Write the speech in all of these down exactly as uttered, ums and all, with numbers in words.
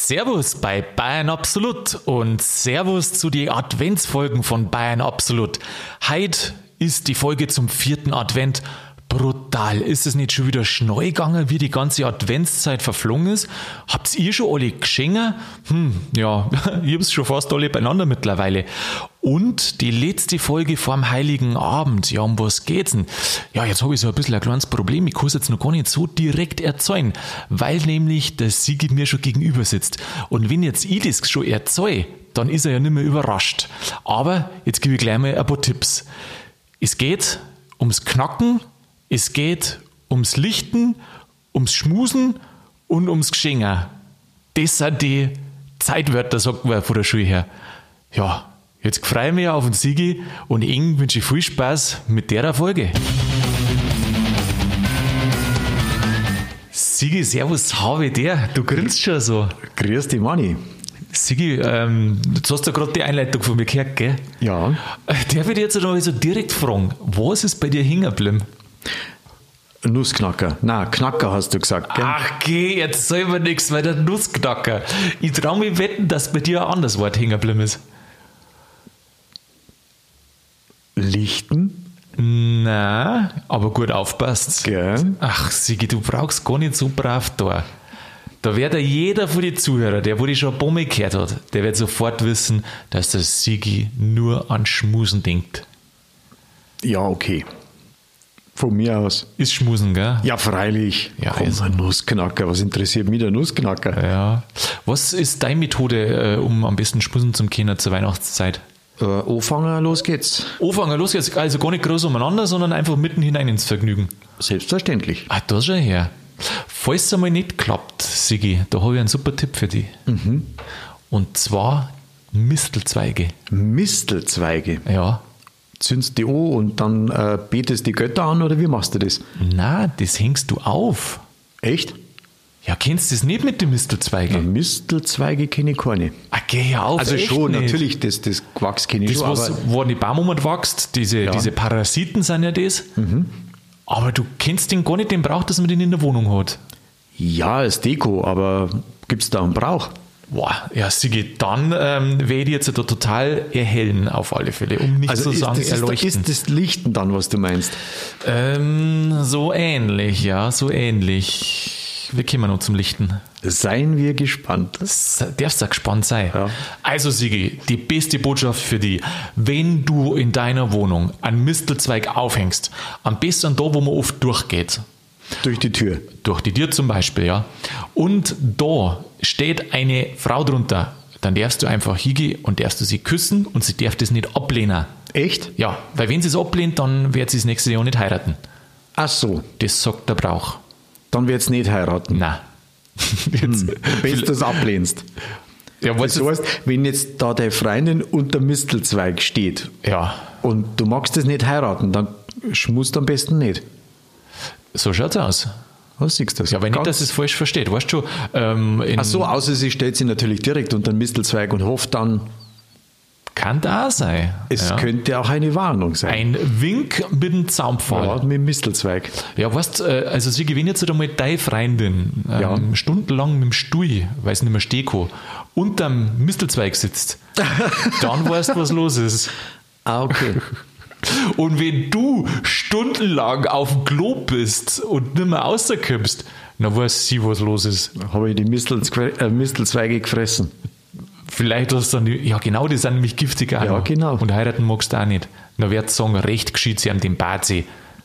Servus bei Bayern Absolut und Servus zu den Adventsfolgen von Bayern Absolut. Heute ist die Folge zum vierten Advent. Brutal. Ist es nicht schon wieder schnell gegangen, wie die ganze Adventszeit verflogen ist? Habt ihr schon alle Geschenke? Hm, ja, ich hab's schon fast alle beieinander mittlerweile. Und die letzte Folge vorm Heiligen Abend. Ja, um was geht's denn? Ja, jetzt habe ich so ein bisschen ein kleines Problem. Ich kann es jetzt noch gar nicht so direkt erzählen, weil nämlich der Sigi mir schon gegenüber sitzt. Und wenn jetzt ich das schon erzähle, dann ist er ja nicht mehr überrascht. Aber jetzt gebe ich gleich mal ein paar Tipps. Es geht ums Knacken, es geht ums Lichten, ums Schmusen und ums Geschenken. Das sind die Zeitwörter, sagt man von der Schule her. Ja, jetzt freue ich mich auf den Sigi und Ihnen wünsche ich viel Spaß mit der Folge. Sigi, servus, habe der. Du grinst schon so. Grüß dich, Manni. Sigi, ähm, jetzt hast du gerade die Einleitung von mir gehört, gell? Ja. Darf ich dir jetzt noch so direkt fragen, was ist bei dir hängen geblieben? Nussknacker. Nein, Knacker hast du gesagt, gell? Ach, geh, jetzt soll mir nichts, weil der Nussknacker. Ich traue mich wetten, dass bei dir ein anderes Wort hängen geblieben ist. Lichten? Na, aber gut aufpasst. Gell? Ach, Sigi, du brauchst gar nicht so brav da. Da wird ja jeder von den Zuhörern, der wo die schon ein paar Mal gehört hat, der wird sofort wissen, dass der Sigi nur an Schmusen denkt. Ja, okay. Von mir aus. Ist Schmusen, gell? Ja, freilich. Ja, Komm, also. ein Nussknacker. Was interessiert mich der Nussknacker? Ja. Was ist deine Methode, äh, um am besten Schmusen zu können zur Weihnachtszeit? Äh, anfangen, los geht's. Anfangen, los jetzt. Also gar nicht groß umeinander, sondern einfach mitten hinein ins Vergnügen. Selbstverständlich. Ah, da schau her. Falls es einmal nicht klappt, Sigi, da habe ich einen super Tipp für dich. Mhm. Und zwar Mistelzweige. Mistelzweige. Ja. Zündest die an und dann äh, betest die Götter an, oder wie machst du das? Na, das hängst du auf. Echt? Ja, kennst du das nicht mit den Mistelzweigen? Ja, Mistelzweige kenne ich keine. Ah, geh ja auf. Also echt schon, nicht. natürlich, das, das Quacks kenne ich Das, schon. was, aber wo an die Baum wächst, diese, Ja. diese Parasiten sind ja das. Mhm. Aber du kennst den gar nicht, den Brauch, dass man den in der Wohnung hat. ja, als Deko, aber gibt es da einen Brauch? Boah, ja, Sigi, dann ähm, werde ich jetzt da total erhellen, auf alle Fälle, um nicht Also zu ist, sagen das erleuchten. ist, ist das Lichten dann, was du meinst? Ähm, so ähnlich, ja, so ähnlich. Wir kommen noch zum Lichten. Seien wir gespannt. Das darfst du gespannt sein. Ja. Also Sigi, die beste Botschaft für dich. Wenn du in deiner Wohnung einen Mistelzweig aufhängst, am besten da, wo man oft durchgeht, Durch die Tür. durch die Tür zum Beispiel, ja, und da steht eine Frau drunter, dann darfst du einfach hingehen und darfst du sie küssen und sie darf das nicht ablehnen. Echt? Ja, weil wenn sie es ablehnt, dann wird sie das nächste Jahr nicht heiraten. Ach so, Das sagt der Brauch. dann wird es nicht heiraten. Nein. Jetzt, Bis du es ablehnst. ja, Das weißt du, heißt, wenn jetzt da deine Freundin unter Mistelzweig steht ja, und du magst es nicht heiraten, dann schmusst du am besten nicht. so schaut's aus. Was siehst du das? Ja, aber nicht, Ganz- dass es falsch versteht. Weißt du, ähm, in, Ach so, außer sie stellt sich natürlich direkt unter den Mistelzweig und hofft dann, kann da sein. es ja. könnte auch eine Warnung sein. Ein Wink mit dem Zaunpfahl. Ja, mit dem Mistelzweig. Ja, weißt äh, also sie gewinnt jetzt einmal deine Freundin ähm, Ja. stundenlang mit dem Stuhl, weil es nicht mehr stehen kann, unterm Mistelzweig sitzt. Dann weißt du, was los ist. Ah, okay. Und wenn du stundenlang auf dem Klo bist und nicht mehr rauskommst, dann weiß sie, was los ist. Habe ich die Mistelzwe äh, Mistelzweige gefressen. Vielleicht hast du dann, die- ja genau, die sind nämlich giftig auch Ja, noch. genau. Und heiraten magst du auch nicht. Dann wird sagen, recht geschieht sie an dem Badsee.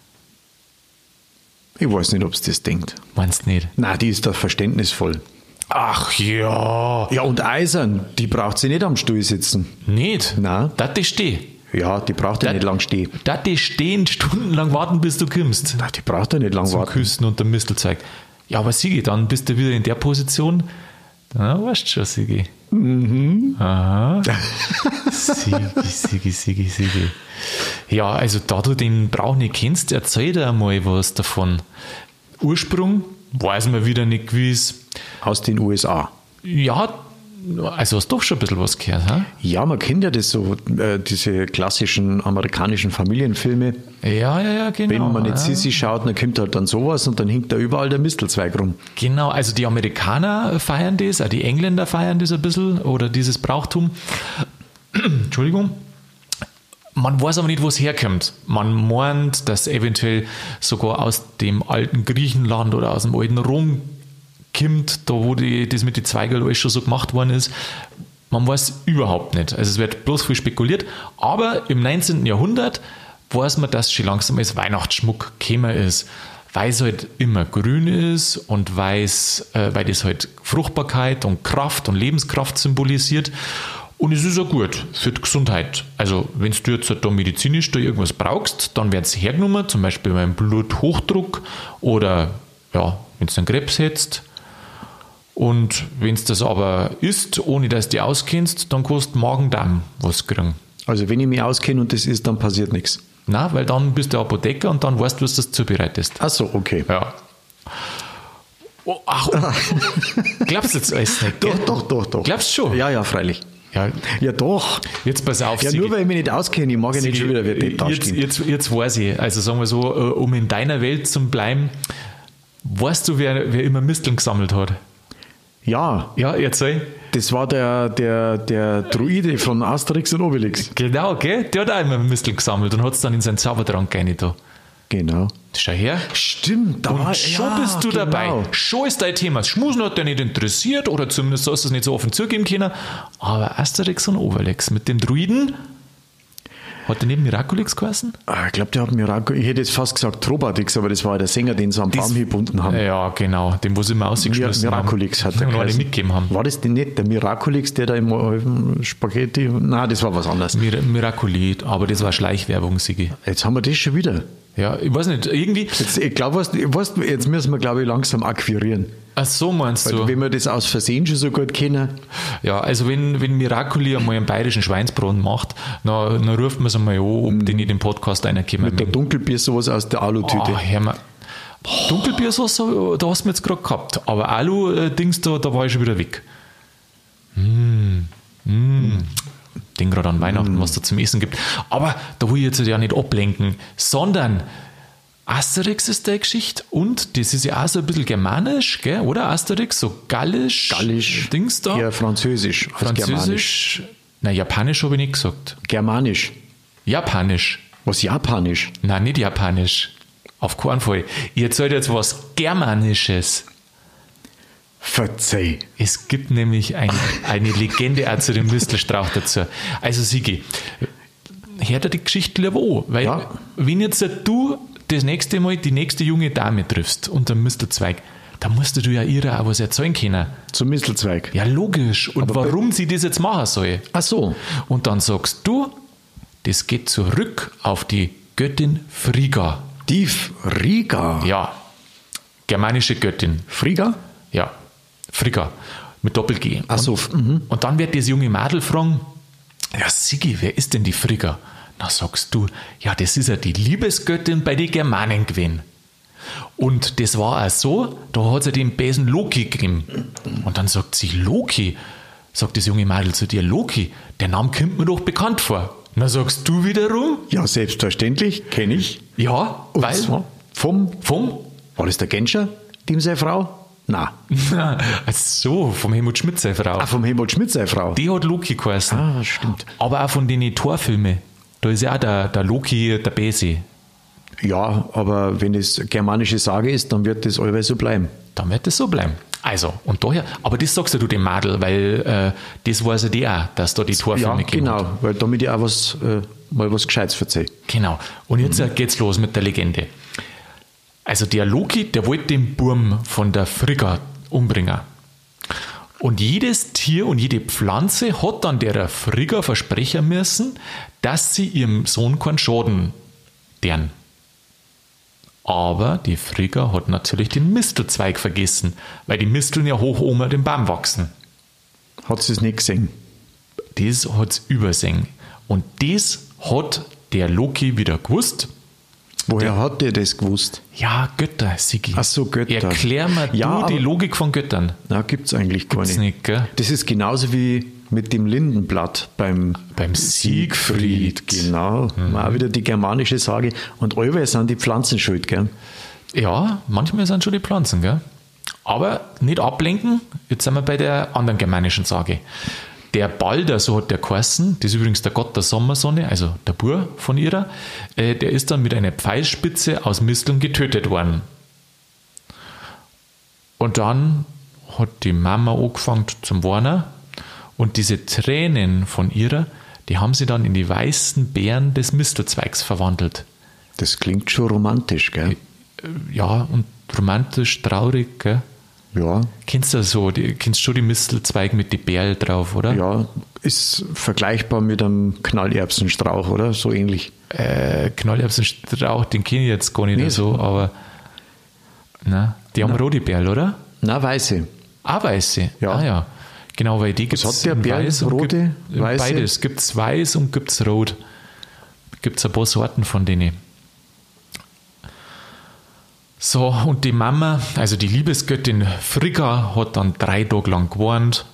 Ich weiß nicht, ob es das denkt. Meinst du nicht? Nein, die ist da verständnisvoll. Ach ja. Ja, und Eisern, die braucht sie nicht am Stuhl sitzen. Nicht? Nein. Das die stehen. Ja, die braucht ja Da- nicht lang stehen. Da die stehen stundenlang warten, bis du kommst. Nein, die braucht ja nicht lang Zum warten. Küssen unter Mistelzeug. Ja, aber Sigi, dann bist du wieder in der Position. Na, weißt du schon, Sigi. Mhm. Aha. Sigi, Sigi, Sigi, Sigi. Ja, also da du den Brauch nicht kennst, erzähl dir einmal was davon. Ursprung weiß man wieder nicht gewiss. Aus den U S A. Ja, Also hast du doch schon ein bisschen was gehört, ha? Ja, man kennt ja das so, äh, diese klassischen amerikanischen Familienfilme. Ja, ja, ja, genau. Wenn man jetzt ja. Sissi schaut, dann kommt halt dann sowas und dann hinkt da überall der Mistelzweig rum. Genau, also die Amerikaner feiern das, auch die Engländer feiern das ein bisschen oder dieses Brauchtum. Entschuldigung. Man weiß aber nicht, wo es herkommt. Man meint, dass eventuell sogar aus dem alten Griechenland oder aus dem alten Rom kommt, da wo die, das mit den Zweigeln alles schon so gemacht worden ist. Man weiß überhaupt nicht. Also es wird bloß viel spekuliert. Aber im neunzehnten Jahrhundert weiß man, dass schon langsam als Weihnachtsschmuck gekommen ist. Weil es halt immer grün ist und weil es, äh, weil das halt Fruchtbarkeit und Kraft und Lebenskraft symbolisiert. Und es ist auch gut für die Gesundheit. Also wenn du jetzt da medizinisch da irgendwas brauchst, dann wird es hergenommen, zum Beispiel beim Bluthochdruck oder ja, wenn du einen Krebs hättest. Und wenn es das aber isst, ohne dass du dich auskennst, dann kannst du Magen-Darm was kriegen. Also wenn ich mich auskenne und das ist, dann passiert nichts. Na, weil dann bist du Apotheker und dann weißt du, was du das zubereitest. Ach so, okay. Ja. Oh, ach, oh. Glaubst du jetzt alles nicht? Gell? Doch, doch, doch, doch. Glaubst du schon? Ja, ja, freilich. Ja, Ja, doch. jetzt pass auf. Ja, Sigi. nur weil ich mich nicht auskenne, ich mag ja nicht schon wieder wer Depp jetzt, dastehen. jetzt, jetzt weiß ich, also sagen wir so, um in deiner Welt zu bleiben, weißt du, wer, wer immer Misteln gesammelt hat? Ja, Ja, erzähl. das war der, der, der Druide von Asterix und Obelix. Genau, gell? Der hat auch immer Misteln gesammelt und hat es dann in seinen Zaubertrank rein da. Genau. Schau her. Stimmt, da Und war schon ja, bist du genau. dabei. Schon ist dein Thema. Schmusen hat dich nicht interessiert oder zumindest hast du es nicht so offen zugeben können. Aber Asterix und Obelix mit dem Druiden, hat der neben Miraculix geheißen? Ah, ich glaube, der hat Miraculix, ich hätte jetzt fast gesagt Trobadix, aber das war der Sänger, den sie am Baum gebunden haben. Ja, genau. Den, wo sie immer ausgeschmissen haben. Miraculix hat er Und alle geheißen. mitgegeben haben. War das denn nicht der Miraculix, der da im äh, Spaghetti... Nein, das war was anderes. Mir, Miraculit, aber das war Schleichwerbung, Sigi. Jetzt haben wir das schon wieder. Ja, ich weiß nicht, irgendwie. Jetzt, ich glaube, was, was, jetzt müssen wir, glaube ich, langsam akquirieren. Ach so, meinst Weil, du? wenn wir das aus Versehen schon so gut kennen. Ja, also wenn, wenn Miraculi einmal einen bayerischen Schweinsbraten macht, dann, dann ruft man es einmal an, ob die nicht im Podcast reinkommen. Mit der Dunkelbier sowas aus der Alutüte. Oh, hör mal. Dunkelbiersauce, da hast du mir jetzt gerade gehabt. Aber Alu-Dings, da, da war ich schon wieder weg. Mm, mm. Den gerade an Weihnachten, was da zum Essen gibt. Aber da will ich jetzt ja nicht ablenken, sondern Asterix ist der Geschichte und das ist ja auch so ein bisschen germanisch, gell? Oder Asterix, so gallisch, Gallisch. Dings da. Ja, Französisch. als Germanisch. Französisch, na Japanisch habe ich nicht gesagt. Germanisch. Japanisch. Was Japanisch? Nein, nicht Japanisch. Auf keinen Fall. Ich erzähle jetzt was Germanisches. Verzeih. Es gibt nämlich ein, eine Legende auch zu dem Mistelstrauch dazu. Also Sigi, hört dir die Geschichte lieber an, weil Ja. wenn jetzt du das nächste Mal die nächste junge Dame triffst unter dem Mistelzweig, dann musst du ja ihr auch was erzählen können. Zum Mistelzweig. Ja, logisch. Und Aber warum sie das jetzt machen soll. Ach so. Und dann sagst du, das geht zurück auf die Göttin Frigga. Die Frigga. Ja, germanische Göttin. Frigga? Ja, Frigga. Mit Doppel-G. Ach so. Mhm. Und dann wird das junge Madel fragen, ja Sigi, wer ist denn die Frigga? Na sagst du, ja das ist ja die Liebesgöttin bei den Germanen gewesen. Und das war auch so, da hat sie den Besen Loki gegeben. Und dann sagt sie, Loki? Sagt das junge Madel zu dir, Loki? Der Name kommt mir doch bekannt vor. Na sagst du wiederum, Ja, selbstverständlich. Kenne ich. ja, Und weil zwar vom... vom War das der Genscher? Dem seine Frau? Nein. Ach so, vom Helmut Schmidt, seine Frau. Ah, vom Helmut Schmidt seine Frau. Die hat Loki geheißen. Ah, stimmt. Aber auch von den Torfilmen. Da ist ja auch der, der Loki der Bese. Ja, aber wenn es germanische Sage ist, dann wird das allweil so bleiben. Dann wird das so bleiben. Also, und daher, aber das sagst ja du dem Madel, weil äh, das weiß ja die auch, dass da die Torfilme Ja, gegeben hat. genau, weil damit ich auch was, äh, mal was Gescheites verzeihe. Genau. Und jetzt mhm. geht's los mit der Legende. Also der Loki, der wollte den Burm von der Frigga umbringen. Und jedes Tier und jede Pflanze hat dann der Frigga versprechen müssen, dass sie ihrem Sohn keinen Schaden deren. Aber die Frigga hat natürlich den Mistelzweig vergessen, weil die Misteln ja hoch oben den Baum wachsen. Hat sie es nicht gesehen? Das hat es übersehen. Und das hat der Loki wieder gewusst. Woher hat der das gewusst? Ja, Götter, Sigi. Ach so, Götter. Erklär mir Ja, du die aber- Logik von Göttern. Na, gibt es eigentlich gar Gibt's nicht. nicht, gell? Das ist genauso wie mit dem Lindenblatt beim, Beim Siegfried. Genau. Mhm. Auch wieder die germanische Sage. Und allweil sind die Pflanzen schuld, gell? Ja, manchmal sind schon die Pflanzen, gell? Aber nicht ablenken, jetzt sind wir bei der anderen germanischen Sage. Der Balder, so hat der geheißen, das ist übrigens der Gott der Sommersonne, also der Bur von ihrer, äh, der ist dann mit einer Pfeilspitze aus Misteln getötet worden. Und dann hat die Mama angefangen zum Warnen und diese Tränen von ihrer, die haben sie dann in die weißen Beeren des Mistelzweigs verwandelt. Das klingt schon romantisch, gell? Ja, und romantisch, traurig, gell? Ja. Kennst du so, die, kennst schon die Mistelzweige mit die Beeren drauf, oder? Ja, ist vergleichbar mit einem Knallerbsenstrauch, oder? So ähnlich. Äh, Knallerbsenstrauch, den kenne ich jetzt gar nicht Nee, so, aber na, die haben rote Beeren, oder? Na, weiße. Ah, weiße. Ja. Ah, ja. Genau, weil die gibt Was es hat der Bär? Rote, weiße? Beides. Gibt es weiß und gibt es rot. Gibt es ein paar Sorten von denen. So, und die Mama, also die Liebesgöttin Frigga, hat dann drei Tage lang gewarnt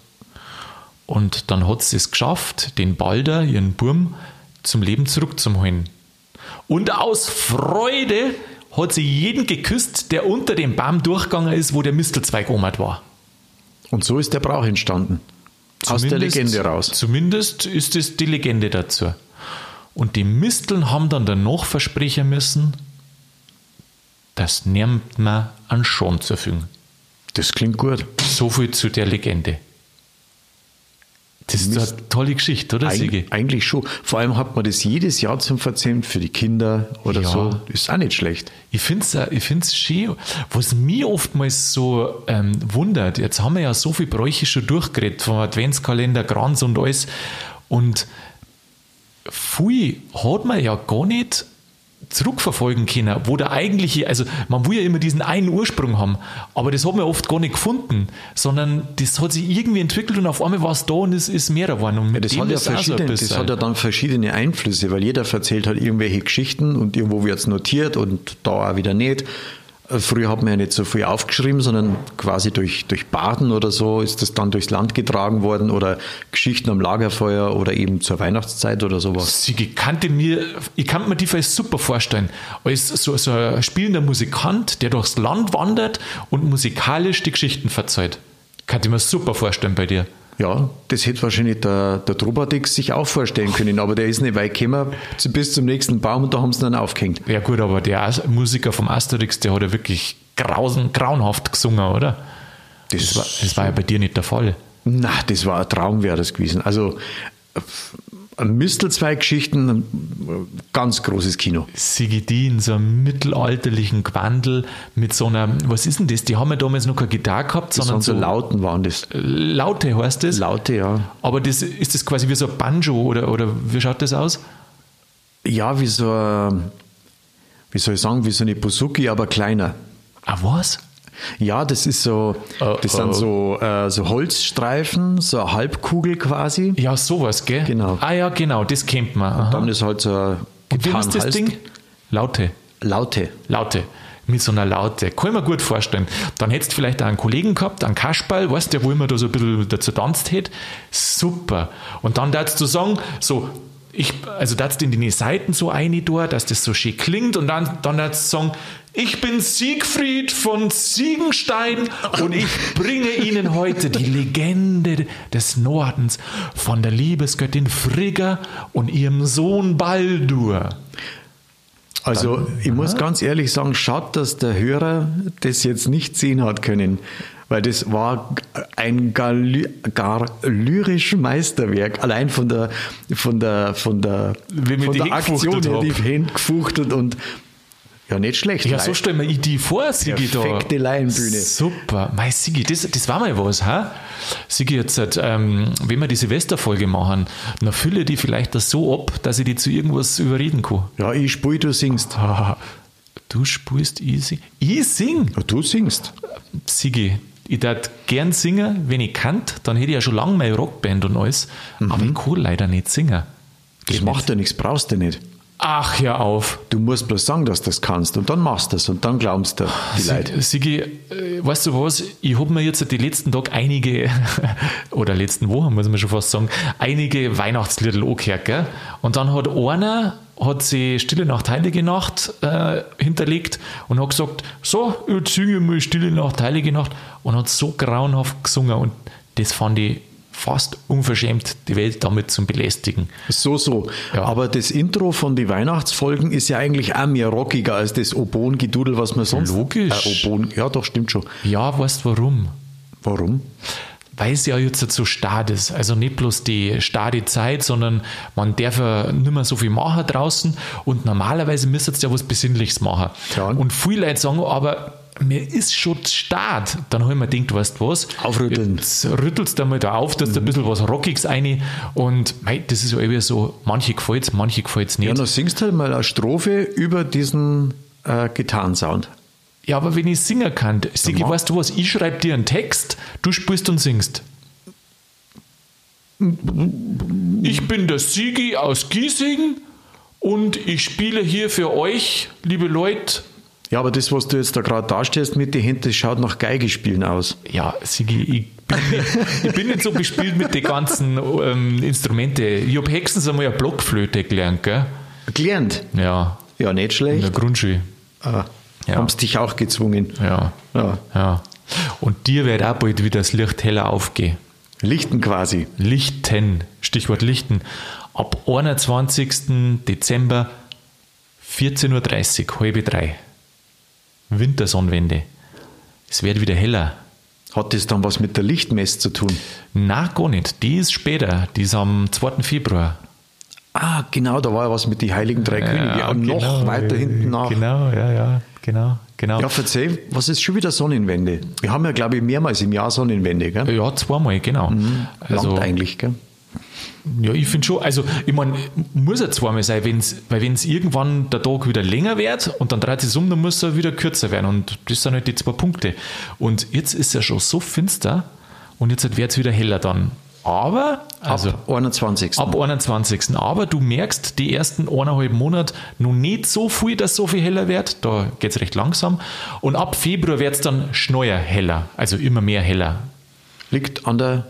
und dann hat sie es geschafft, den Balder, ihren Burm, zum Leben zurückzuholen. Und aus Freude hat sie jeden geküsst, der unter dem Baum durchgegangen ist, wo der Mistelzweig omat war. Und so ist der Brauch entstanden. Aus der Zumindest- Legende raus. Zumindest ist es die Legende dazu. Und die Misteln haben dann danach versprechen müssen, das nimmt man an Schon zu fügen. Das klingt gut. So viel zu der Legende. Das ist Mist. eine tolle Geschichte, oder, Sigi? Eig eigentlich schon. Vor allem hat man das jedes Jahr zum Verzeihen für die Kinder oder Ja. so. Ist auch nicht schlecht. Ich finde es ich find's schön. Was mich oftmals so ähm, wundert, jetzt haben wir ja so viel Bräuche schon durchgeredet, vom Adventskalender, Kranz und alles. Und viel hat man ja gar nicht zurückverfolgen können, wo der eigentliche, also man will ja immer diesen einen Ursprung haben, aber das hat man oft gar nicht gefunden, sondern das hat sich irgendwie entwickelt und auf einmal war es da und es ist mehr geworden. Und Ja, mit das, dem hat ja ist auch so ein verschiedene, das bisschen- hat ja dann verschiedene Einflüsse, weil jeder erzählt halt irgendwelche Geschichten und irgendwo wird es notiert und da auch wieder nicht. Früher hat man ja nicht so viel aufgeschrieben, sondern quasi durch, durch Baden oder so ist das dann durchs Land getragen worden oder Geschichten am Lagerfeuer oder eben zur Weihnachtszeit oder sowas. Sie kannte mir, ich kann mir die vielleicht super vorstellen, als so, so ein spielender Musikant, der durchs Land wandert und musikalisch die Geschichten verzeiht. Kann ich mir super vorstellen bei dir. Ja, das hätte wahrscheinlich der, der Trobadix sich auch vorstellen können, aber der ist nicht weit gekommen bis zum nächsten Baum und da haben sie dann aufgehängt. Ja gut, aber der As- Musiker vom Asterix, der hat ja wirklich grausen, grauenhaft gesungen, oder? Das war, das war ja bei dir nicht der Fall. Na, das war ein Traum, wäre das gewesen. Also äh, Mistelzweig-Geschichten, ein ganz großes Kino. Sigi die in so einem mittelalterlichen Gewandel mit so einer, was ist denn das? Die haben ja damals noch keine Gitarre gehabt, Das sondern waren so so Lauten waren das. Laute heißt das. Laute, ja. Aber das, ist das quasi wie so ein Banjo oder, oder wie schaut das aus? Ja, wie so ein, wie soll ich sagen, wie so eine Buzuki, aber kleiner. Ah, was? Ja, das ist so, Oh, das oh. sind so, äh, so Holzstreifen, so eine Halbkugel quasi. Ja, sowas, gell? Genau. Ah ja, genau, das kennt man. Aha. Dann ist halt so ein Und wie heißt das Hals- Ding? Laute. Laute. Laute. Mit so einer Laute. Kann ich mir gut vorstellen. Dann hättest du vielleicht auch einen Kollegen gehabt, einen Kasperl, weißt du, der wo immer da so ein bisschen dazu tanzt hätte. Super. Und dann darfst du sagen, so, ich, also darfst du in die Seiten so eine da, dass das so schön klingt und dann, dann darfst du sagen, ich bin Siegfried von Siegenstein und ich bringe Ihnen heute die Legende des Nordens von der Liebesgöttin Frigga und ihrem Sohn Baldur. Also ich muss ganz ehrlich sagen, schade, dass der Hörer das jetzt nicht sehen hat können, weil das war ein gar, ly- gar lyrisch Meisterwerk, allein von der von der von der, Wie mit von die der Hände Aktion her, gefuchtelt die hab. Hände gefuchtelt und ja, nicht schlecht. Ja, so stellen wir die vor, Sigi. da. Perfekte Laienbühne. Super. Mei, Sigi, das, das war mal was, ha? Sigi, jetzt, ähm, wenn wir die Silvesterfolge machen, dann fülle die vielleicht das so ab, dass ich die zu irgendwas überreden kann. Ja, ich spiele, du singst. Ah, du spielst, ich sing. Ich sing? Ja, du singst. Sigi, ich würde gern singen, wenn ich kann, dann hätte ich ja schon lange meine Rockband und alles, aber ich kann leider nicht singen. Das Geht macht ja nichts, brauchst du nicht. Ach, hör auf. Du musst bloß sagen, dass du das kannst und dann machst du es und dann glaubst du die Leute. Sigi, äh, weißt du was, ich habe mir jetzt die letzten Tage einige, oder letzten Wochen muss man schon fast sagen, einige Weihnachtslieder angehört, gell? Und dann hat einer, hat sie Stille Nacht, Heilige Nacht äh, hinterlegt und hat gesagt, so, jetzt singe ich mal Stille Nacht, Heilige Nacht und hat so grauenhaft gesungen und das fand ich fast unverschämt, die Welt damit zu belästigen. So, so. Ja. Aber das Intro von den Weihnachtsfolgen ist ja eigentlich auch mehr rockiger als das Oboen-Gedudel, was man sonst... Logisch. Äh, Oboen, ja, doch, stimmt schon. Ja, weißt du warum? Warum? Weil es ja jetzt so stark ist. Also nicht bloß die starke Zeit, sondern man darf ja nicht mehr so viel machen draußen und normalerweise müsste es ja was Besinnliches machen. Ja. Und viele Leute sagen, aber mir ist schon Start. Dann habe ich mir gedacht, weißt du was? Aufrütteln. Jetzt rüttelst du mal da auf, dass mhm. da ein bisschen was Rockiges rein und mei, das ist ja irgendwie so, manche gefällt es, manche gefällt es nicht. Ja, dann singst du halt mal eine Strophe über diesen äh, Gitarrensound. Ja, aber wenn ich singen kann, Sigi, Ja, weißt du was, ich schreibe dir einen Text, du spielst und singst. Ich bin der Sigi aus Giesing und ich spiele hier für euch, liebe Leute. Ja, aber das, was du jetzt da gerade darstellst mit den Händen, das schaut nach Geigespielen aus. Ja, Sigi, ich bin nicht, ich bin nicht so bespielt mit den ganzen ähm, Instrumenten. Ich habe höchstens einmal eine Blockflöte gelernt, gell? Gelernt? Ja. Ja, nicht In schlecht. der Grundschule. Ah, Ja. haben sie dich auch gezwungen. Ja. Ja. Ja. Und dir wird auch bald wieder das Licht heller aufgehen. Lichten quasi. Lichten, Stichwort Lichten. Ab einundzwanzigsten Dezember vierzehn Uhr dreißig, halb drei. Wintersonnenwende. Es wird wieder heller. Hat das dann was mit der Lichtmesse zu tun? Na, gar nicht. Die ist später. Die ist am zweiten Februar. Ah, genau, da war ja was mit den Heiligen Drei Könige. Ja, noch genau, weiter hinten nach. Genau, ja, ja, genau, genau. Ja, verzeih, was ist schon wieder Sonnenwende? Wir haben ja, glaube ich, mehrmals im Jahr Sonnenwende, gell? Ja, zweimal, genau. Mhm. Also, Langt eigentlich, gell? ja, ich finde schon, also ich meine, muss ja zweimal sein, wenn's, weil wenn es irgendwann der Tag wieder länger wird und dann dreht es um, dann muss er wieder kürzer werden und das sind halt die zwei Punkte. Und jetzt ist er schon so finster und jetzt wird es wieder heller dann. Aber, also ab einundzwanzigsten Ab einundzwanzigsten Aber du merkst die ersten eineinhalb Monate noch nicht so viel, dass so viel heller wird. Da geht es recht langsam. Und ab Februar wird es dann schneller heller, also immer mehr heller. Liegt an der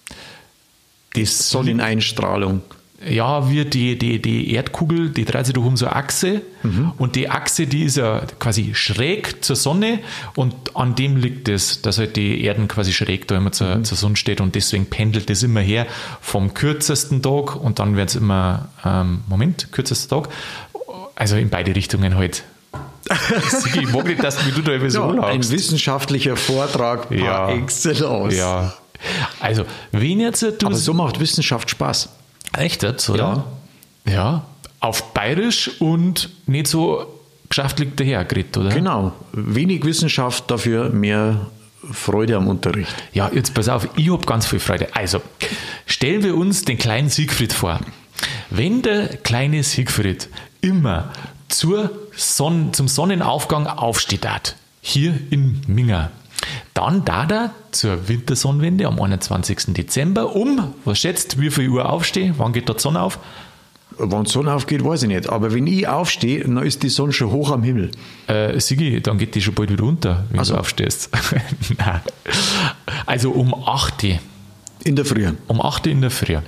Das Sonneneinstrahlung. Ja, wie die, die, die Erdkugel, die dreht sich doch um so eine Achse mhm. und die Achse, die ist ja quasi schräg zur Sonne und an dem liegt es, dass halt die Erden quasi schräg da immer zur, mhm. zur Sonne steht und deswegen pendelt das immer her vom kürzesten Tag und dann wird es immer, ähm, Moment, kürzester Tag, also in beide Richtungen halt. Ich mag nicht, dass du da immer so ja, lachst. Ein wissenschaftlicher Vortrag par ja. excellence. Ja. Also, wenn jetzt du... Aber so macht Wissenschaft Spaß. Echt jetzt, oder? Ja. Ja, auf Bayerisch und nicht so geschäftlich dahergeredet, oder? Genau. Wenig Wissenschaft, dafür mehr Freude am Unterricht. Ja, jetzt pass auf, ich habe ganz viel Freude. Also, stellen wir uns den kleinen Siegfried vor. Wenn der kleine Siegfried immer zur Sonne, zum Sonnenaufgang aufsteht, hat, hier in Minga, dann da er zur Wintersonnenwende am einundzwanzigsten Dezember um, was schätzt, wie viel Uhr aufstehe? Wann geht da die Sonne auf? Wann die Sonne aufgeht, weiß ich nicht. Aber wenn ich aufstehe, dann ist die Sonne schon hoch am Himmel. Äh, Sigi, dann geht die schon bald wieder unter, wenn also. du aufstehst. Nein. Also um acht Uhr. In der Früh. Um acht Uhr in der Früh.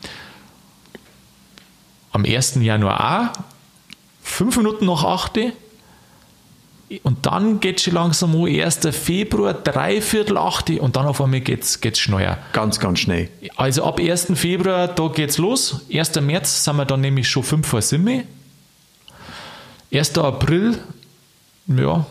Am ersten Januar auch, fünf Minuten nach acht Uhr. Und dann geht es schon langsam um, ersten Februar, dreiviertel acht Uhr und dann auf einmal geht es schneller. Ganz, ganz schnell. Also ab ersten Februar, da geht es los. ersten März sind wir dann nämlich schon fünf vor sieben. ersten April, ja.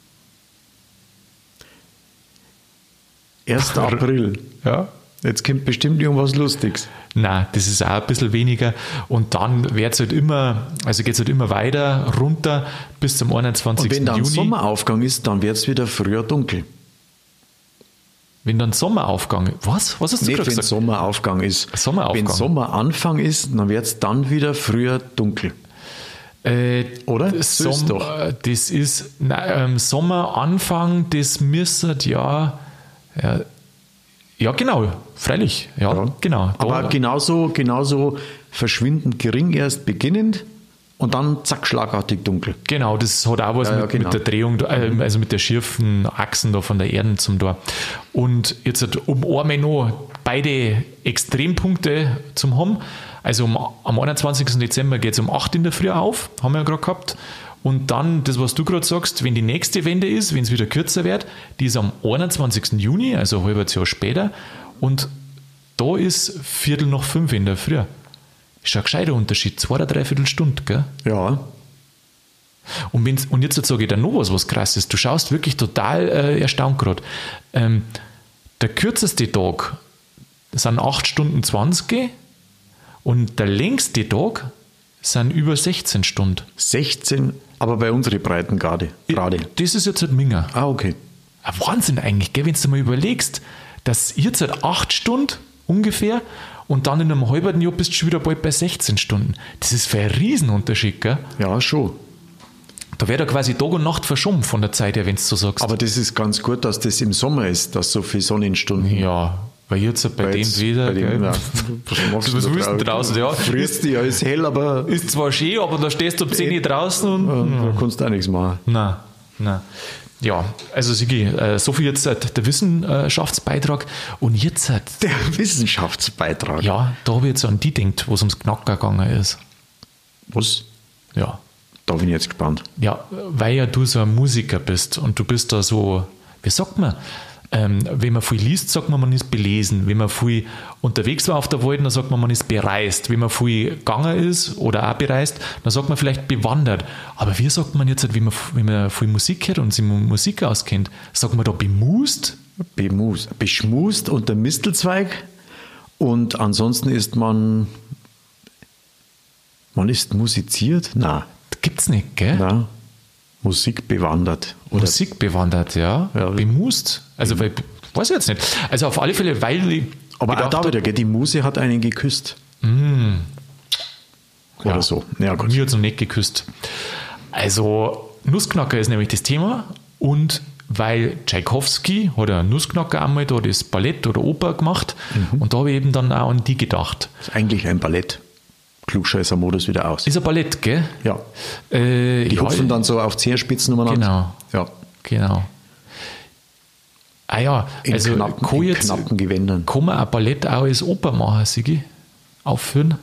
ersten April. Ja. Jetzt kommt bestimmt irgendwas Lustiges. Nein, das ist auch ein bisschen weniger. Und dann wird es halt immer, also geht es halt immer weiter runter bis zum einundzwanzigsten Juni. Und wenn dann Sommeraufgang ist, dann wird es wieder früher dunkel. Wenn dann Sommeraufgang, was? Was hast du Nicht, gerade wenn gesagt? Sommeraufgang ist. Sommeraufgang. Wenn Sommeranfang ist, dann wird es dann wieder früher dunkel. Äh, Oder? Das, So ist Som- doch. das ist, nein, ähm, Sommeranfang, das müsste ja, ja, ja genau, freilich, ja, Ja. genau. Da- Aber genauso, genauso verschwindend gering erst beginnend Und dann zack, schlagartig dunkel. Genau, das hat auch was Ja, ja, mit, genau. mit der Drehung, äh, also mit der schiefen Achsen da von der Erde zum Tor. Und jetzt hat um einmal noch beide Extrempunkte zum haben. Also um, am einundzwanzigsten Dezember geht es um acht in der Früh auf, haben wir ja gerade gehabt. Und dann, das was du gerade sagst, wenn die nächste Wende ist, wenn es wieder kürzer wird, die ist am einundzwanzigsten Juni, also ein halbes Jahr später. Und da ist Viertel nach fünf in der Früh. Ist ein gescheiter Unterschied, zwei oder dreiviertel Stunde, gell? Ja. Und, wenn's, und jetzt sage ich dir noch was, was krass ist. Du schaust wirklich total äh, erstaunt gerade. Ähm, der kürzeste Tag sind acht Stunden zwanzig und der längste Tag sind über sechzehn Stunden. sechzehn, aber bei unsere Breitengrade. Gerade. Das ist jetzt halt Minger. Ah, okay. Ein Wahnsinn eigentlich, gell? Wenn du dir mal überlegst, dass jetzt halt acht Stunden ungefähr und dann in einem halben Jahr bist du schon wieder bald bei sechzehn Stunden. Das ist für einen Riesenunterschied, gell? Ja, schon. Da wäre ja quasi Tag und Nacht verschoben von der Zeit her, wenn du so sagst. Aber das ist ganz gut, dass das im Sommer ist, dass so viele Sonnenstunden. Ja, weil jetzt bei Weil dem jetzt Wetter, bei dem, gell? ja, was machst Was du willst du da draußen? Ja, Frierst dich, ja, ist hell, aber ist zwar schön, aber da stehst du um zehn Uhr draußen und. ja, da kannst du auch nichts machen. Nein, nein. Ja, also Sigi, äh, so viel jetzt äh, der Wissenschaftsbeitrag. Und jetzt, äh, Der Wissenschaftsbeitrag. ja, da habe ich jetzt an die gedacht, wo es ums Knacker gegangen ist. Was? Ja. Da bin ich jetzt gespannt. Ja, weil ja du so ein Musiker bist und du bist da so, wie sagt man, ähm, wenn man viel liest, sagt man, man ist belesen. Wenn man viel unterwegs war auf der Welt, dann sagt man, man ist bereist. Wenn man viel gegangen ist oder auch bereist, dann sagt man vielleicht bewandert. Aber wie sagt man jetzt, wenn man, wenn man viel Musik hört und sich mit Musik auskennt, sagt man da bemust? Bemust, beschmust unter Mistelzweig und ansonsten ist man, man ist musiziert? Na, Gibt's nicht, gell? na, Musik bewandert. Oder Musik bewandert, ja. Ja. Bemust. Also, weil, weiß ich jetzt nicht. Also, auf alle Fälle, weil ich. aber auch gedacht da hab, wieder, gell, die Muse hat einen geküsst. Mm. Oder Ja. so. Ja, gut. Mir hat es noch nicht geküsst. Also, Nussknacker ist nämlich das Thema. Und weil Tschaikowski hat ja Nussknacker einmal da das Ballett oder Oper gemacht. Mhm. Und da habe ich eben dann auch an die gedacht. Das ist eigentlich ein Ballett. Klugscheißer-Modus wieder aus. Ist ein Ballett, gell? Ja. Äh, Die ja, hupfen dann so auf Zehenspitzen umeinander. Genau. Ja. Genau. Ah ja, In also knappen, kann, in jetzt, knappen Gewändern. kann man ein Ballett auch als Oper machen, Sigi? Aufführen?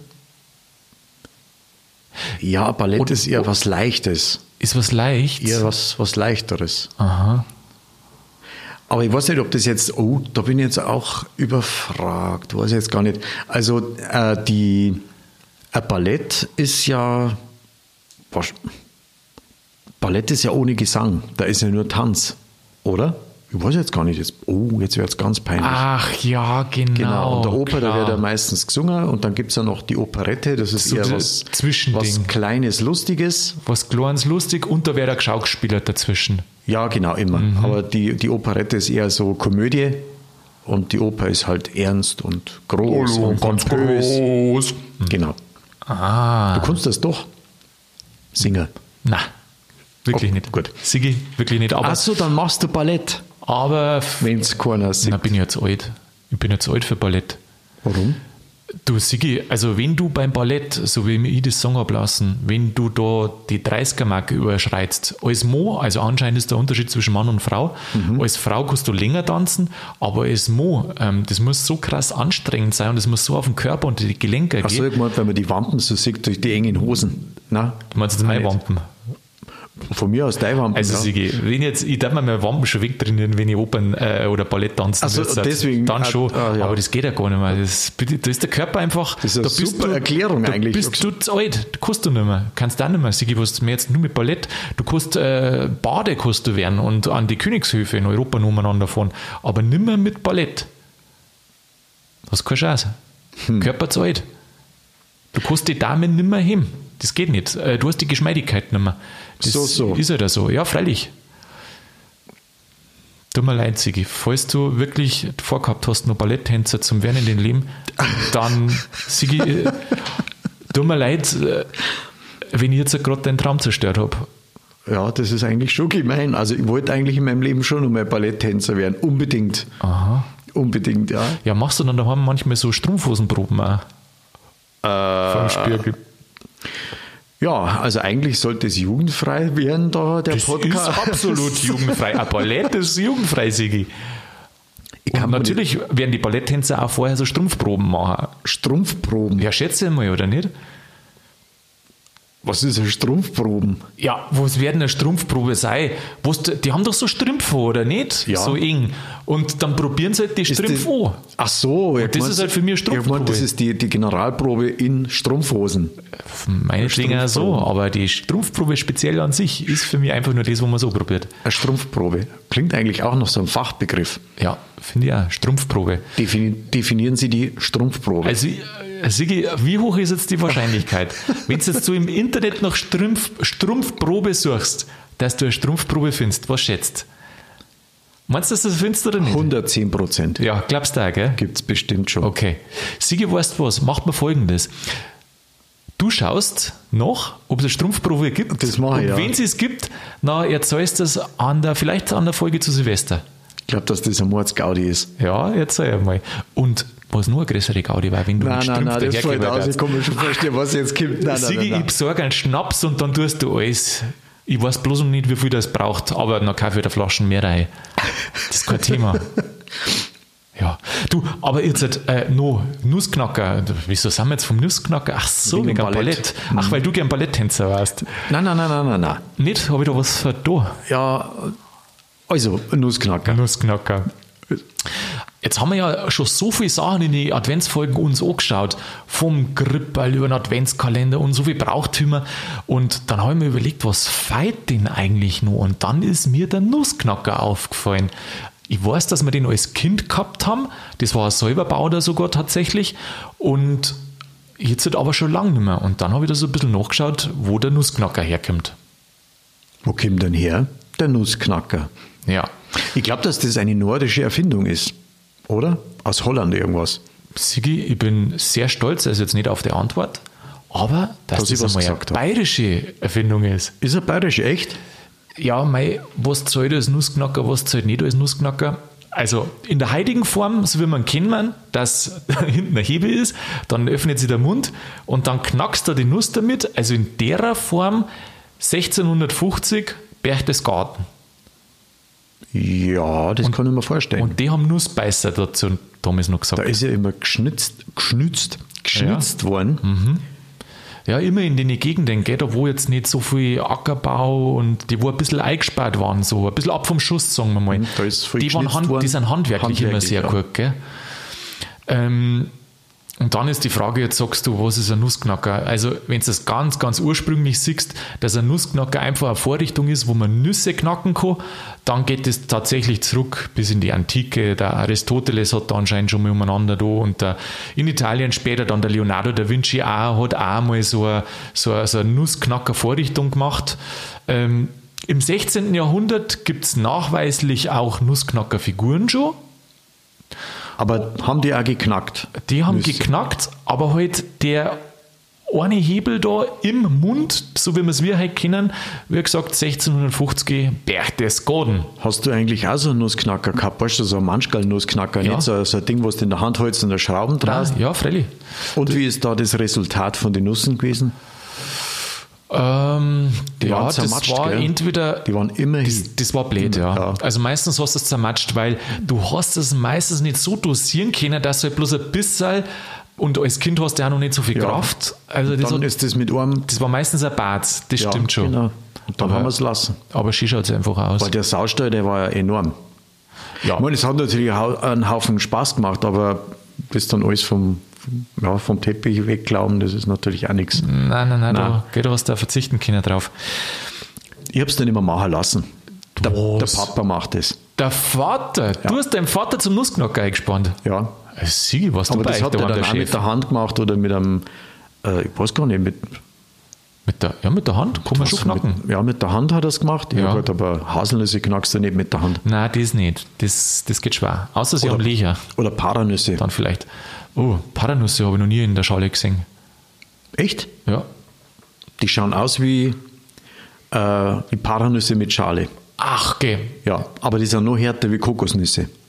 Ja, Ballett Und- ist eher was Leichtes. Ist was leicht? Eher was, was Leichteres. Aha. Aber ich weiß nicht, ob das jetzt, oh, da bin ich jetzt auch überfragt, weiß ich jetzt gar nicht. Also äh, die ein Ballett ist ja, was- Ballett ist ja ohne Gesang, da ist ja nur Tanz, oder? Ich weiß jetzt gar nicht, jetzt, oh, jetzt wird es ganz peinlich. Ach ja, genau. Genau, und der Oper, da klar. wird ja meistens gesungen und dann gibt es ja noch die Operette, das ist So eher das was, Zwischending. was Kleines, Lustiges. Was Kleines lustig und da wäre ein Schauspieler dazwischen. Ja, genau, immer. Mhm. Aber die, die Operette ist eher so Komödie und die Oper ist halt ernst und groß und pompös. groß. Genau. Ah. Du kannst das doch singen. Na, wirklich Oh, nicht. gut. Sigi, wirklich nicht. Aber, Achso, dann machst du Ballett, aber wenn es keiner na, singt. bin ich jetzt alt. Ich bin jetzt alt für Ballett. Warum? Du Sigi, also wenn du beim Ballett, so wie mir ich das Song ablassen, wenn du da die dreißiger-Marke überschreitst, als Mo, also anscheinend ist der Unterschied zwischen Mann und Frau, Mhm. als Frau kannst du länger tanzen, aber als Mo, ähm, das muss so krass anstrengend sein und das muss so auf den Körper und die Gelenke Achso, gehen. ich meine, wenn man die Wampen so sieht durch die engen Hosen. Na, Du meinst jetzt meine nicht. Wampen? Von mir aus deine Wampen. Also ja. Sigi, wenn jetzt, ich darf mir meine Wampen schon wegtrainieren, wenn ich Opern äh, oder Ballett tanzen Ach so, will, deswegen, dann ah, schon, ah, ja. aber das geht ja gar nicht mehr. Das, da ist der Körper einfach, Das ist eine da bist super du, Erklärung da eigentlich. bist du zu alt, du kannst du nicht mehr, kannst auch nicht mehr. Sigi, was mir jetzt nur mit Ballett, du kannst äh, Bade kannst du werden und an die Königshöfe in Europa umeinander fahren, aber nicht mehr mit Ballett. Das ist keine Chance. Hm. Körper zu alt. Du kannst die Damen nicht mehr heben. Das geht nicht. Äh, Du hast die Geschmeidigkeit nicht mehr. Das So, so. ist ja da so. Ja, freilich. Tut mir leid, Sigi. Falls du wirklich vorgehabt hast, noch Balletttänzer zum werden in den Leben, dann, Sigi, äh, tut mir leid, äh, wenn ich jetzt gerade deinen Traum zerstört habe. Ja, das ist eigentlich schon gemein. Also ich wollte eigentlich in meinem Leben schon einmal Balletttänzer werden. Unbedingt. Aha. Unbedingt, ja. Ja, machst du dann daheim manchmal so Strumpfhosenproben auch? Äh, Vom Spiegel. Ja, also eigentlich sollte es jugendfrei werden, da der Das Podcast. ist absolut jugendfrei. Ein Ballett ist jugendfrei, Sigi. Ich kann Und mir natürlich werden die Balletttänzer auch vorher so Strumpfproben machen. nicht- Strumpfproben. Ja, schätze ich mal, oder nicht? Was ist eine Strumpfproben? Ja, was werden eine Strumpfprobe sein? Was, die haben doch so Strümpfe, oder nicht? Ja. So eng. Und dann probieren sie halt die Strümpfe an. Ach so. Ja, Und das ist halt für mich eine Strumpfprobe. Ich meine, das ist die, die Generalprobe in Strumpfhosen. Meinetwegen auch so, aber die Strumpfprobe speziell an sich ist für mich einfach nur das, was man so probiert. Eine Strumpfprobe. Klingt eigentlich auch noch so ein Fachbegriff. Ja, finde ich auch. Strumpfprobe. Defini definieren Sie die Strumpfprobe. Also, äh, Sigi, wie hoch ist jetzt die Wahrscheinlichkeit, wenn du jetzt so im Internet nach Strumpf, Strumpfprobe suchst, dass du eine Strumpfprobe findest? Was schätzt? Meinst du, dass du das findest oder nicht? hundertzehn Prozent. Ja, glaubst du auch, gell? Gibt es bestimmt schon. Okay. Sigi, weißt du was? Macht mir Folgendes. Du schaust nach, ob es eine Strumpfprobe gibt. Das mache ich, Und ja. wenn es es gibt, dann erzählst du es an der, vielleicht an der Folge zu Silvester. Ich glaube, dass das ein Mordsgaudi ist. Ja, erzähl einmal. Und was nur eine größere Gaudi war, wenn du Nein, mit nein, Strümpf nein, das fällt dahergeben aus. Ich würdest. kann mir schon vorstellen, was jetzt kommt. Nein, Sigi, nein, nein, ich besorge einen Schnaps und dann tust du alles. Ich weiß bloß noch nicht, wie viel das braucht, aber dann kaufe ich da Flaschen mehr rein. Das ist kein Thema. Ja, du, aber jetzt äh, noch Nussknacker. Wieso sind wir jetzt vom Nussknacker? Ach so, Wegen wegen Ballett. Ballett. Ach, weil du gern Balletttänzer warst. nein, nein, nein, nein, nein, nein. Nicht? Habe ich da was für da? Ja, also Nussknacker. Nussknacker. Jetzt haben wir ja schon so viele Sachen in die Adventsfolgen uns angeschaut. Vom Gripperl über den Adventskalender und so viel Brauchtümer. Und dann habe ich mir überlegt, was fehlt denn eigentlich noch? Und dann ist mir der Nussknacker aufgefallen. Ich weiß, dass wir den als Kind gehabt haben. Das war ein Säuberbauer sogar tatsächlich. Und jetzt halt aber schon lange nicht mehr. Und dann habe ich da so ein bisschen nachgeschaut, wo der Nussknacker herkommt. Wo kommt denn her? Der Nussknacker. Ja. Ich glaube, dass das eine nordische Erfindung ist. Oder? Aus Holland irgendwas. Sigi, ich bin sehr stolz, also jetzt nicht auf die Antwort, aber dass Dass ich das was einmal eine gesagt habe. bayerische Erfindung ist. Ist er bayerisch, echt? Ja, mei, was zählt als Nussknacker, was zählt nicht als Nussknacker? Also in der heutigen Form, so wie man kennt, dass hinten ein Hebel ist, dann öffnet sich der Mund und dann knackst du die Nuss damit. Also in der Form sechzehnhundertfünfzig Berchtesgaden. Ja, das kann ich mir vorstellen. Und die haben Nussbeißer dazu damals noch da gesagt. ist ja immer geschnitzt, geschnitzt, geschnitzt worden. Ja, immer in den Gegenden, gell, da wo jetzt nicht so viel Ackerbau und die wo ein bisschen eingespart waren, so ein bisschen ab vom Schuss, sagen wir mal. Da ist viel die, waren geschnitzt hand, worden. die sind handwerklich, immer Handwerklich, sehr ja. gut. Gell? Ähm, und dann ist die Frage, jetzt sagst du, was ist ein Nussknacker? Also wenn du das ganz, ganz ursprünglich siehst, dass ein Nussknacker einfach eine Vorrichtung ist, wo man Nüsse knacken kann, dann geht es tatsächlich zurück bis in die Antike. Der Aristoteles hat da anscheinend schon mal umeinander da und der, in Italien später dann der Leonardo da Vinci auch, hat auch mal so eine, so eine, so eine Nussknacker-Vorrichtung gemacht. Ähm, Im sechzehnten Jahrhundert gibt es nachweislich auch Nussknacker-Figuren schon. Aber haben die auch geknackt? Die haben Nüsse. geknackt, aber halt der eine Hebel da im Mund, so wie wir es wir halt kennen, wie gesagt, sechzehnhundertfünfzig Berchtesgaden. Hast du eigentlich auch so einen Nussknacker gehabt? Weißt du, so einen Manschgal-Nussknacker? Ja. Nicht so, so ein Ding, was du in der Hand hältst und da Schrauben draus. Ja, freilich. Und wie ist da das Resultat von den Nüssen gewesen? Ähm, Die ja, waren das zermatscht, war gell? entweder. Die waren immer Das, hin. das war blöd, ja. Ja. Also meistens hast du es zermatscht, weil du hast es meistens nicht so dosieren können, dass du halt bloß ein bisschen und als Kind hast du ja noch nicht so viel Ja. Kraft. Also das, Dann hat, ist das mit einem. das war meistens ein Bad, das Ja, stimmt schon. Genau. Und dann Aber- haben wir es lassen. Aber schön schaut es einfach aus. Weil der Saustall, der war ja enorm. Ja. Ich meine, es hat natürlich hau- einen Haufen Spaß gemacht, aber das dann alles vom, ja, vom Teppich wegglauben, das ist natürlich auch nichts. Nein, nein, nein, Nein. Da, gell, du hast da verzichten können drauf. Ich habe es dann immer machen lassen. Der, der Was? Papa macht das. Der Vater, du hast deinem Vater zum Nussknacker eingespannt. Ja. Sieh, was Aber du bei das euch hat da er war dann der auch mit Chef. der Hand gemacht oder mit einem, äh, ich weiß gar nicht, mit, Mit der, ja, mit der Hand kann man schon knacken. Mit, ja, mit der Hand hat er es gemacht. Ja, Ja. gut, aber Haselnüsse knackst du nicht mit der Hand. Nein, das nicht. Das, das geht schwer. Außer sie Oder- haben Löcher. Oder Paranüsse. Dann vielleicht. Oh, Paranüsse habe ich noch nie in der Schale gesehen. Echt? Ja. Die schauen aus wie, äh, wie Paranüsse mit Schale. Ach, geh. Ja, aber die sind noch härter wie Kokosnüsse.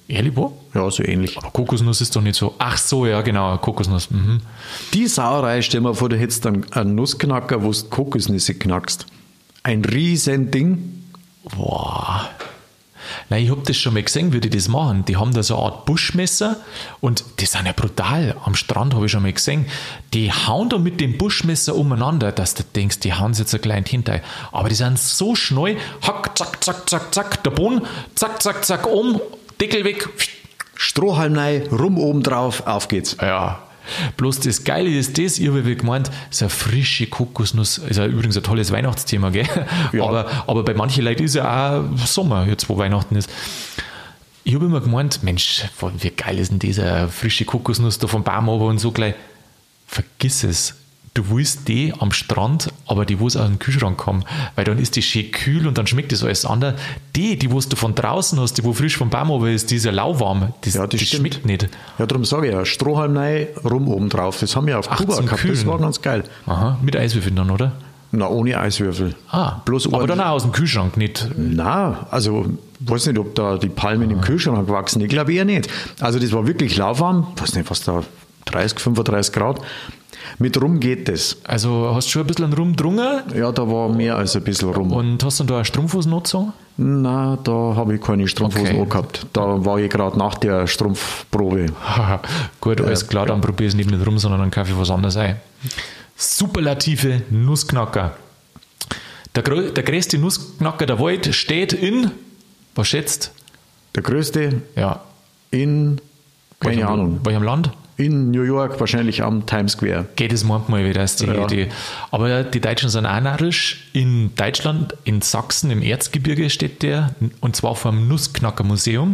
Ehrlich, wo? Ja, so ähnlich. Aber Kokosnuss ist doch nicht so. Ach so, ja, genau, Kokosnuss. Mhm. Die Sauerei, stell dir mal vor, du hättest einen, einen Nussknacker, wo du Kokosnüsse knackst. Ein riesen Ding. Boah. Nein, ich habe das schon mal gesehen, wie die das machen. Die haben da so eine Art Buschmesser und die sind ja brutal. Am Strand habe ich schon mal gesehen. Die hauen da mit dem Buschmesser umeinander, dass du denkst, die hauen sie jetzt ein klein hinterher. Aber die sind so schnell. Hack, zack, zack, zack, zack, der Boden, zack, zack, zack, um, Deckel weg. Strohhalm rein, rum oben drauf, auf geht's. Ja. Bloß das Geile ist das, ich habe ja gemeint, so eine frische Kokosnuss, ist ja übrigens ein tolles Weihnachtsthema, gell? Ja. Aber, aber bei manchen Leuten ist ja auch Sommer, jetzt wo Weihnachten ist. Ich habe immer gemeint, Mensch, wie geil ist denn diese frische Kokosnuss da vom Baum runter und so gleich. Vergiss es. Du willst die am Strand, aber die, wo es aus dem Kühlschrank kommen, weil dann ist die schön kühl und dann schmeckt das alles anders. Die, die, wo du von draußen hast, die, wo frisch vom Baum runter ist, die ist ja lauwarm. Das, Ja, das das stimmt. schmeckt nicht. Ja, darum sage ich ja, Strohhalm rein, rum oben drauf. Das haben wir auf Ach, Kuba zum gehabt, das Kühlen. war ganz geil. Aha, mit Eiswürfeln dann, oder? Na, ohne Eiswürfel. Ah, Bloß aber ordentlich- dann auch aus dem Kühlschrank, nicht. Na, also weiß nicht, ob da die Palmen im Kühlschrank wachsen. Ich glaube eher nicht. Also das war wirklich lauwarm. Weiß nicht, was da, dreißig, fünfunddreißig Grad. Mit Rum geht das. Also hast du schon ein bisschen Rum drungen Ja, da war mehr als ein bisschen Rum. und hast du da eine Strumpfhosennutzung? Na, da habe ich keine Strumpfhosen Okay. angehabt. Da war ich gerade nach der Strumpfprobe. Gut, alles klar, dann probier es nicht mit Rum, sondern dann kaufe ich was anderes ein. Superlative Nussknacker. Der, grö- der größte Nussknacker der Welt steht in, was schätzt? Der größte Ja. in, keine welchem, Ahnung, Welchem Land? in New York, wahrscheinlich am Times Square. Geht es manchmal wieder, ist die Ja. Idee. Aber die Deutschen sind auch narrisch. In Deutschland, in Sachsen, im Erzgebirge steht der, und zwar vom Nussknacker-Museum.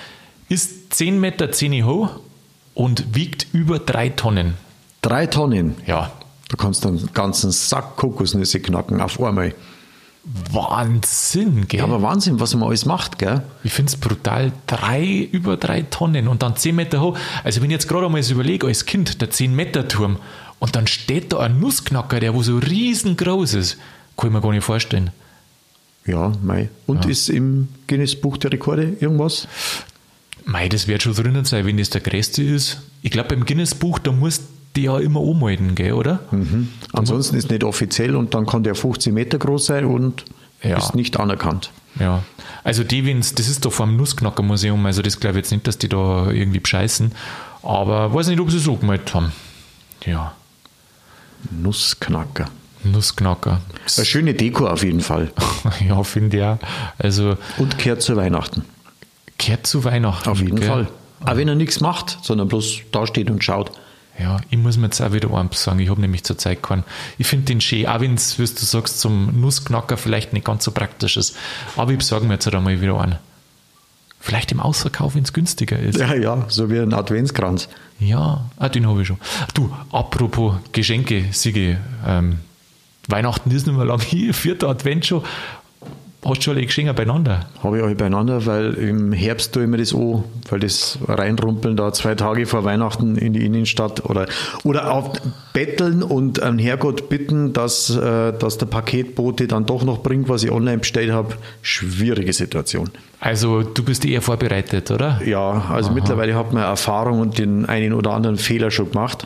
Ist zehn Meter zehn hoch und wiegt über drei Tonnen. Drei Tonnen. Ja, Du kannst einen ganzen Sack Kokosnüsse knacken auf einmal. Wahnsinn, gell? Ja, aber Wahnsinn, was man alles macht, gell? Ich finde es brutal. Drei, über drei Tonnen und dann zehn Meter hoch. Also wenn ich jetzt gerade einmal so überlege, als Kind, der zehn Meter Turm, und dann steht da ein Nussknacker, der wo so riesengroß ist, kann ich mir gar nicht vorstellen. Ja, mei. Und Ja. ist im Guinness Buch der Rekorde irgendwas? Mei, das wird schon drinnen sein, wenn das der größte ist. Ich glaube, beim Guinness-Buch, da musst du ja immer anmelden, gell, oder? Mhm. Ansonsten ist nicht offiziell und dann kann der fünfzehn Meter groß sein und Ja. ist nicht anerkannt. Ja. Also die, wenn's, das ist doch vom Nussknacker-Museum, also das glaube ich jetzt nicht, dass die da irgendwie bescheißen. Aber weiß nicht, ob sie es so gemeldet haben. Ja, Nussknacker. Nussknacker. Eine schöne Deko auf jeden Fall. Ja, finde ich auch. Also Und kehrt zu Weihnachten. kehrt zu Weihnachten. Auf jeden gell? Fall. Auch wenn er nichts macht, sondern bloß da steht und schaut. Ja, ich muss mir jetzt auch wieder eins sagen, ich habe nämlich zurzeit keinen. Ich finde den schön, auch wenn es, wie du sagst, zum Nussknacker vielleicht nicht ganz so praktisch ist. Aber ich besorge mir jetzt halt einmal wieder einen. Vielleicht im Ausverkauf, wenn es günstiger ist. Ja, ja, so wie ein Adventskranz. Ja, ah, den habe ich schon. Du, apropos Geschenke, Sigi, ähm, Weihnachten ist nicht mehr lang hier, vierter Advent schon. Hast du schon alle Geschenke beieinander? Habe ich alle beieinander, weil im Herbst tue ich mir das an, weil das reinrumpeln da zwei Tage vor Weihnachten in die Innenstadt oder, oder auf betteln und einen Herrgott bitten, dass, äh, dass der Paketbote dann doch noch bringt, was ich online bestellt habe. Schwierige Situation. Also du bist eher vorbereitet, oder? Ja, also mittlerweile hat man Erfahrung und den einen oder anderen Fehler schon gemacht.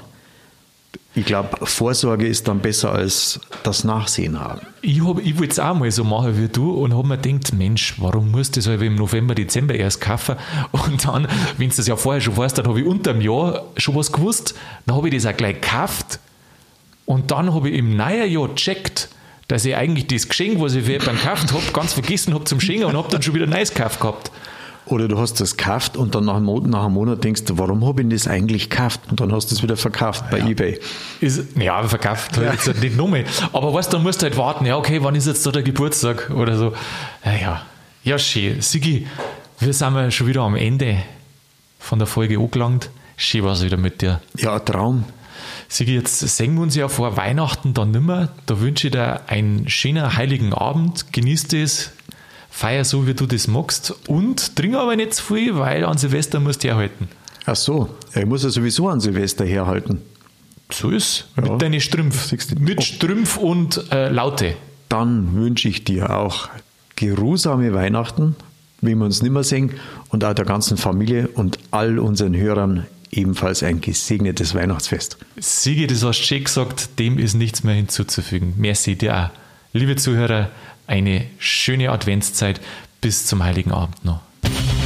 Ich glaube, Vorsorge ist dann besser als das Nachsehen haben. Ich, hab- ich wollte es auch mal so machen wie du und habe mir gedacht, Mensch, warum musst du das halt im November, Dezember erst kaufen? Und dann, wenn du das ja vorher schon weißt, dann habe ich unter dem Jahr schon was gewusst, dann habe ich das auch gleich gekauft und dann habe ich im neuen Jahr gecheckt, dass ich eigentlich das Geschenk, was ich für jemanden gekauft habe, ganz vergessen habe zum Schenken und habe dann schon wieder ein neues gekauft gehabt. Oder du hast das gekauft und dann nach einem Monat, nach einem Monat denkst du, warum habe ich das eigentlich gekauft? Und dann hast du es wieder verkauft bei eBay. Ist, ja, verkauft halt jetzt nicht nochmal. Aber weißt du, dann musst du halt warten, ja, okay, wann ist jetzt da der Geburtstag oder so. Ja, ja, ja schön. Sigi, wir sind ja schon wieder am Ende von der Folge angelangt. Schön war es wieder mit dir. Ja, ein Traum. Sigi, jetzt sehen wir uns ja vor Weihnachten dann nimmer. Da wünsche ich dir einen schönen heiligen Abend. Genieß das. Feier so, wie du das magst. Und trink aber nicht zu viel, weil an Silvester musst du herhalten. Ach so, ich muss ja sowieso an Silvester herhalten. So ist Ja. mit deinen Strümpf. Siehst du? Mit Strümpf und äh, Laute. Dann wünsche ich dir auch geruhsame Weihnachten, wenn wir uns nicht mehr sehen und auch der ganzen Familie und all unseren Hörern ebenfalls ein gesegnetes Weihnachtsfest. Sigi, das hast du schön gesagt, dem ist nichts mehr hinzuzufügen. Merci dir auch. Liebe Zuhörer, eine schöne Adventszeit bis zum Heiligen Abend noch.